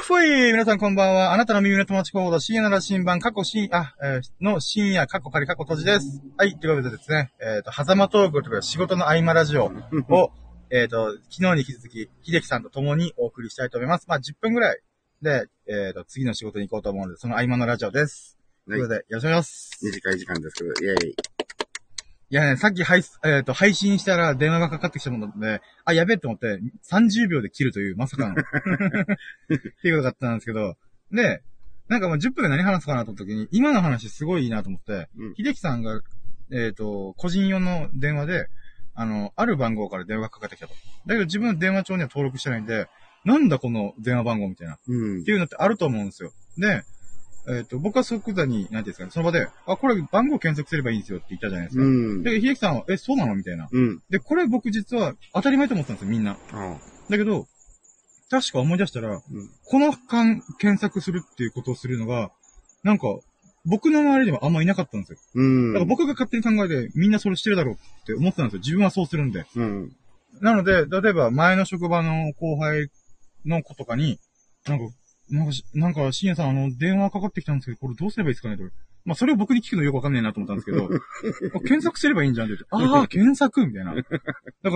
ふい皆さんこんばんは。あなたの耳の友達コード、深夜なら新版、の深夜、過去仮過去閉じです。はい、ということでですね、狭間トークというか仕事の合間ラジオを、昨日に引き続き、秀樹さんと共にお送りしたいと思います。まあ、10分ぐらいで、次の仕事に行こうと思うので、その合間のラジオです。はい、ということで、よろしくお願いします。 短い時間ですけど、イェイ。 いやね、さっき配信したら電話がかかってきたもので、あ、やべえと思って30秒で切るという、まさかの。っていうことだったんですけど、で、なんかもう10分で何話すかなと思った時に、今の話すごいいいなと思って、秀樹さんが、個人用の電話で、ある番号から電話がかかってきたと。だけど自分の電話帳には登録してないんで、なんだこの電話番号みたいな。っていうのってあると思うんですよ。で、僕は即座に、なんていうんですかね、その場で、あ、これ番号検索すればいいんですよって言ったじゃないですか。で、秀樹さんは、そうなのみたいな。で、これ僕実は当たり前と思ってたんですよ、みんな。だけど、確か思い出したら、この検索するっていうことをするのが、なんか、僕の周りではあんまいなかったんですよ。だから僕が勝手に考えて、みんなそれしてるだろうって思ってたんですよ。自分はそうするんで。なので、例えば前の職場の後輩の子とかに、なんか、深夜さん、電話かかってきたんですけど、これどうすればいいですかねと。まあ、それを僕に聞くのよくわかんないなと思ったんですけど、検索すればいいんじゃんって言って、ああ、検索みたいな。だから、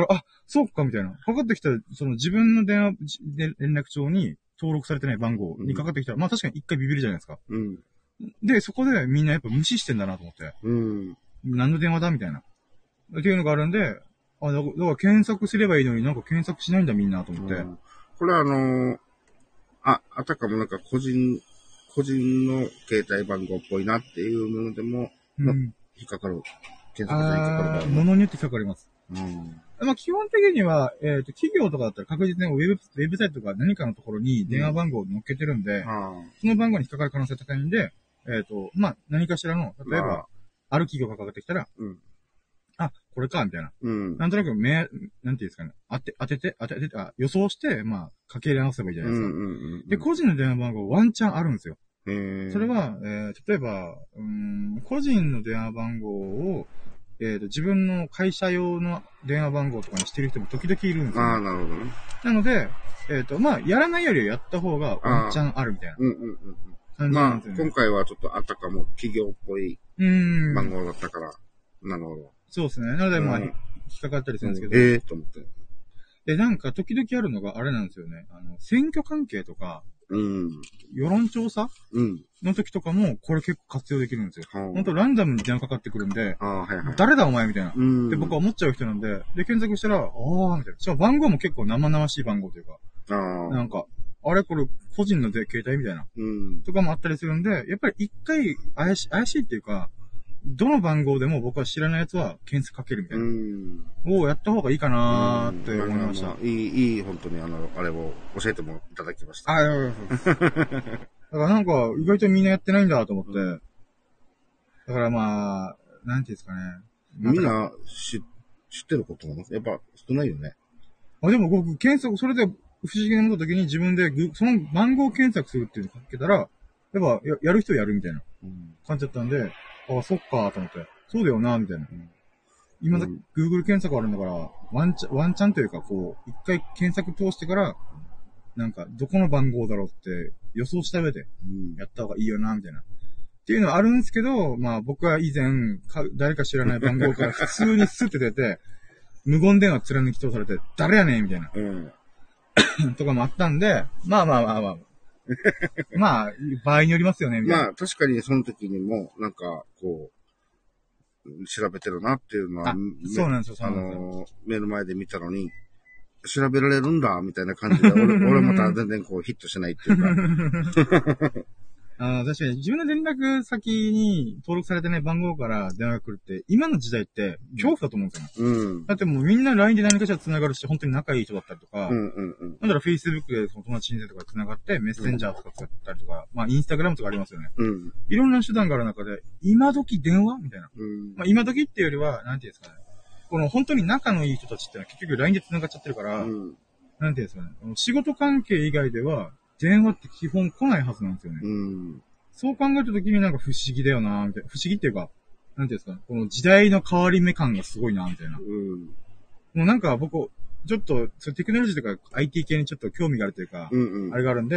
あ、そうか、みたいな。かかってきた、その自分の電話で連絡帳に登録されてない番号にかかってきたら、まあ確かに一回ビビるじゃないですか。で、そこでみんなやっぱ無視してんだなと思って。何の電話だみたいな。っていうのがあるんで、だから検索すればいいのになんか検索しないんだみんなと思って。 これあたかもなんか個人の携帯番号っぽいなっていうものでも、引っかかる。検索で引っかかる。 ものによって引っかかります。まあ基本的には、企業とかだったら確実にウェブサイトとか何かのところに電話番号を載っけてるんで、その番号に引っかかる可能性高いんで、まあ何かしらの、例えば、ある企業がかかってきたら、あ、これか、みたいな。なんとなくなんていうんですかね。当てて、予想して、まあ、かけ直せばいいじゃないですか。で、個人の電話番号ワンチャンあるんですよ。それは、例えば、個人の電話番号を、自分の会社用の電話番号とかにしてる人も時々いるんですよ、 なるほどね。 なので、まあ、やらないよりはやった方がワンチャンあるみたいな。 まあ、今回はちょっとあたかも企業っぽい番号だったから、なるほど。 そうですね。なので、まあ、引っかかったりするんですけど。 と思って。 で、なんか、時々あるのが、あれなんですよね。選挙関係とか、世論調査の時とかも、これ結構活用できるんですよ。ほんと、ランダムに電話かかってくるんで、誰だお前みたいな。で、僕は思っちゃう人なんで、で、検索したら、みたいな。しかも番号も結構生々しい番号というか、なんか、あれこれ、個人の携帯みたいな。とかもあったりするんで、やっぱり一回、怪しいっていうか、どの番号でも僕は知らないやつは検索かけるみたいな。をやった方がいいかなーって思いました。 いい、本当にあれを教えてもいただきました。 だからなんか、意外とみんなやってないんだと思って。だからまあ、なんていうんですかね。 みんな知ってることなのやっぱ少ないよね。 でも僕、それで不思議な思った時に自分でその番号検索するっていうのをかけたら、やっぱやる人やるみたいな感じだったんで、そっかと思って。そうだよな、みたいな。今だ、Google 検索あるんだから、ワンチャンというか、こう、一回検索通してから、なんか、どこの番号だろうって予想した上で、やった方がいいよな、みたいな。っていうのはあるんですけど、まあ僕は以前、誰か知らない番号から普通にスッて出て、無言電話貫き通されて、誰やねんみたいな。とかもあったんで、まあ。まあ、場合によりますよね、みたいな。 まあ、確かにその時にも、なんか、こう、調べてるなっていうのは、 そうなんですよ、 目の前で見たのに、調べられるんだ、みたいな感じで、俺また全然こうヒットしないっていうか。 確かに自分の連絡先に登録されてない番号から電話が来るって、今の時代って恐怖だと思うんですよね。だってもうみんな LINE で何かしら繋がるし、本当に仲いい人だったりとか、なんだろ、Facebook でその友達申請とか繋がって、メッセンジャーとか使ったりとか、まあ、インスタグラムとかありますよね。いろんな手段がある中で、今時電話みたいな。まあ、今時っていうよりは、なんていうんですかね。この本当に仲のいい人たちってのは結局 LINE で繋がっちゃってるから、なんていうんですかね。仕事関係以外では、電話って基本来ないはずなんですよね。そう考えたときになんか不思議だよなみたいな。不思議っていうか、なんていうんですか、この時代の変わり目感がすごいなみたいな。もうなんか僕、ちょっと、テクノロジーとか IT 系にちょっと興味があるというか、あれがあるんで、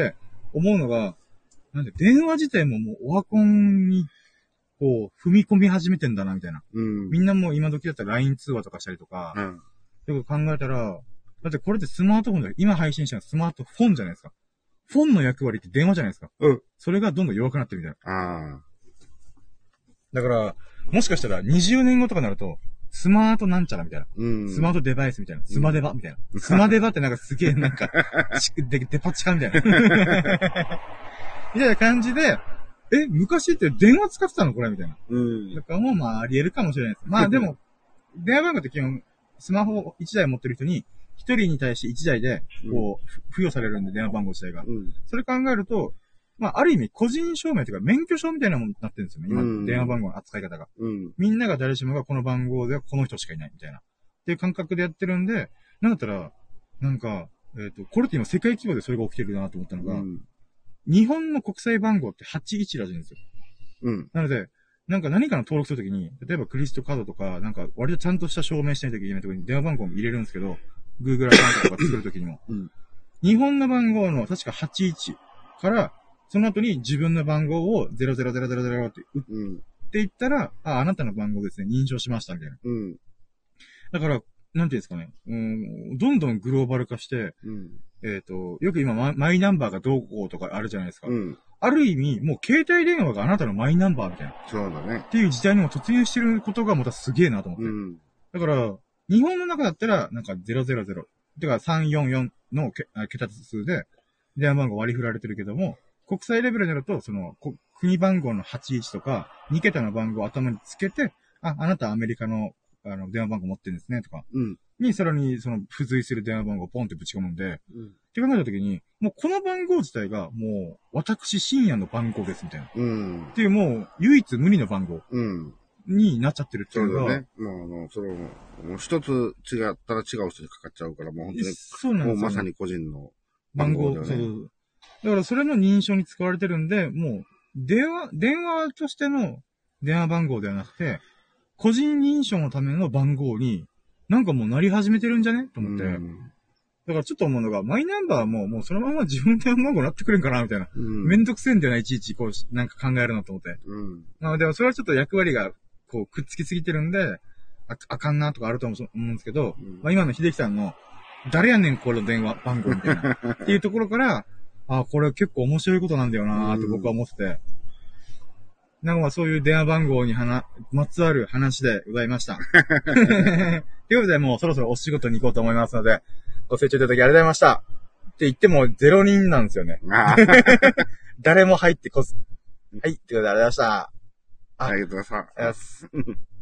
思うのが、なんで電話自体ももうオワコンに、こう、踏み込み始めてんだな、みたいな。みんなもう今時だったら LINE 通話とかしたりとか、よく考えたら、だってこれってスマートフォンで、今配信したのスマートフォンじゃないですか。フォンの役割って電話じゃないですか。それがどんどん弱くなってるみたいな。だから、もしかしたら20年後とかになると、スマートなんちゃらみたいな。スマートデバイスみたいな。スマデバみたいな。スマデバってなんかすげえなんか、デパ地下みたいな。みたいな感じで、昔って電話使ってたのこれみたいな。だからもうまああり得るかもしれないです。まあでも、電話番号って基本、スマホ1台持ってる人に、1人に対して1台で、こう、付与されるんで、電話番号自体が。それ考えると、まあ、ある意味、個人証明というか、免許証みたいなものになってるんですよね。今、電話番号の扱い方が。みんなが誰しもがこの番号ではこの人しかいないみたいな。っていう感覚でやってるんで、なんだったら、なんか、これって今世界規模でそれが起きてるなと思ったのが、日本の国際番号って81らしいんですよ。なので、なんか何かの登録するときに、例えばクリストカードとか、なんか割とちゃんとした証明しないといけないところに電話番号も入れるんですけど、Google アカウントとか作るときにも。日本の番号の確か81から、その後に自分の番号を00000って打っていったら、あなたの番号ですね、認証しましたみたいな。だから、なんていうんですかね、どんどんグローバル化して、よく今マイナンバーがどうこうとかあるじゃないですか。ある意味、もう携帯電話があなたのマイナンバーみたいな。 そうだね。 っていう時代にも突入してることがまたすげえなと思って。だから、日本の中だったら、なんか000、てか344の桁数で、電話番号割り振られてるけども、国際レベルになると、その、国番号の81とか、2桁の番号を頭につけて、あなたアメリカの、電話番号持ってるんですね、とか。に、さらに、その、付随する電話番号をポンってぶち込むんで、って考えたときに、もうこの番号自体が、もう、私深夜の番号です、みたいな。っていう、もう、唯一無二の番号。になっちゃってるっていうのが。 そうだね。もう一つ違ったら違う人にかかっちゃうから、もう本当に。 そうなんですよ。 もうまさに個人の番号だよね。そう。だからそれの認証に使われてるんで、もう、電話としての電話番号ではなくて、個人認証のための番号に、なんかもうなり始めてるんじゃねと思って。だからちょっと思うのが、マイナンバーもうそのまま自分の電話番号になってくるんかなみたいな。めんどくせえんだよな、いちいちこう、なんか考えるのと思って。なので、それはちょっと役割が、こう、くっつきすぎてるんで、あかんなとかあると思うんですけど、まあ今の秀樹さんの、誰やねんこの電話番号みたいな。っていうところから、これ結構面白いことなんだよなーって僕は思ってて。なんかまあそういう電話番号にまつわる話でございました。ということでもうそろそろお仕事に行こうと思いますので、ご清聴いただきありがとうございました。って言っても0人なんですよね。誰も入ってこず。はい、ということでありがとうございました。 ありがとうございます。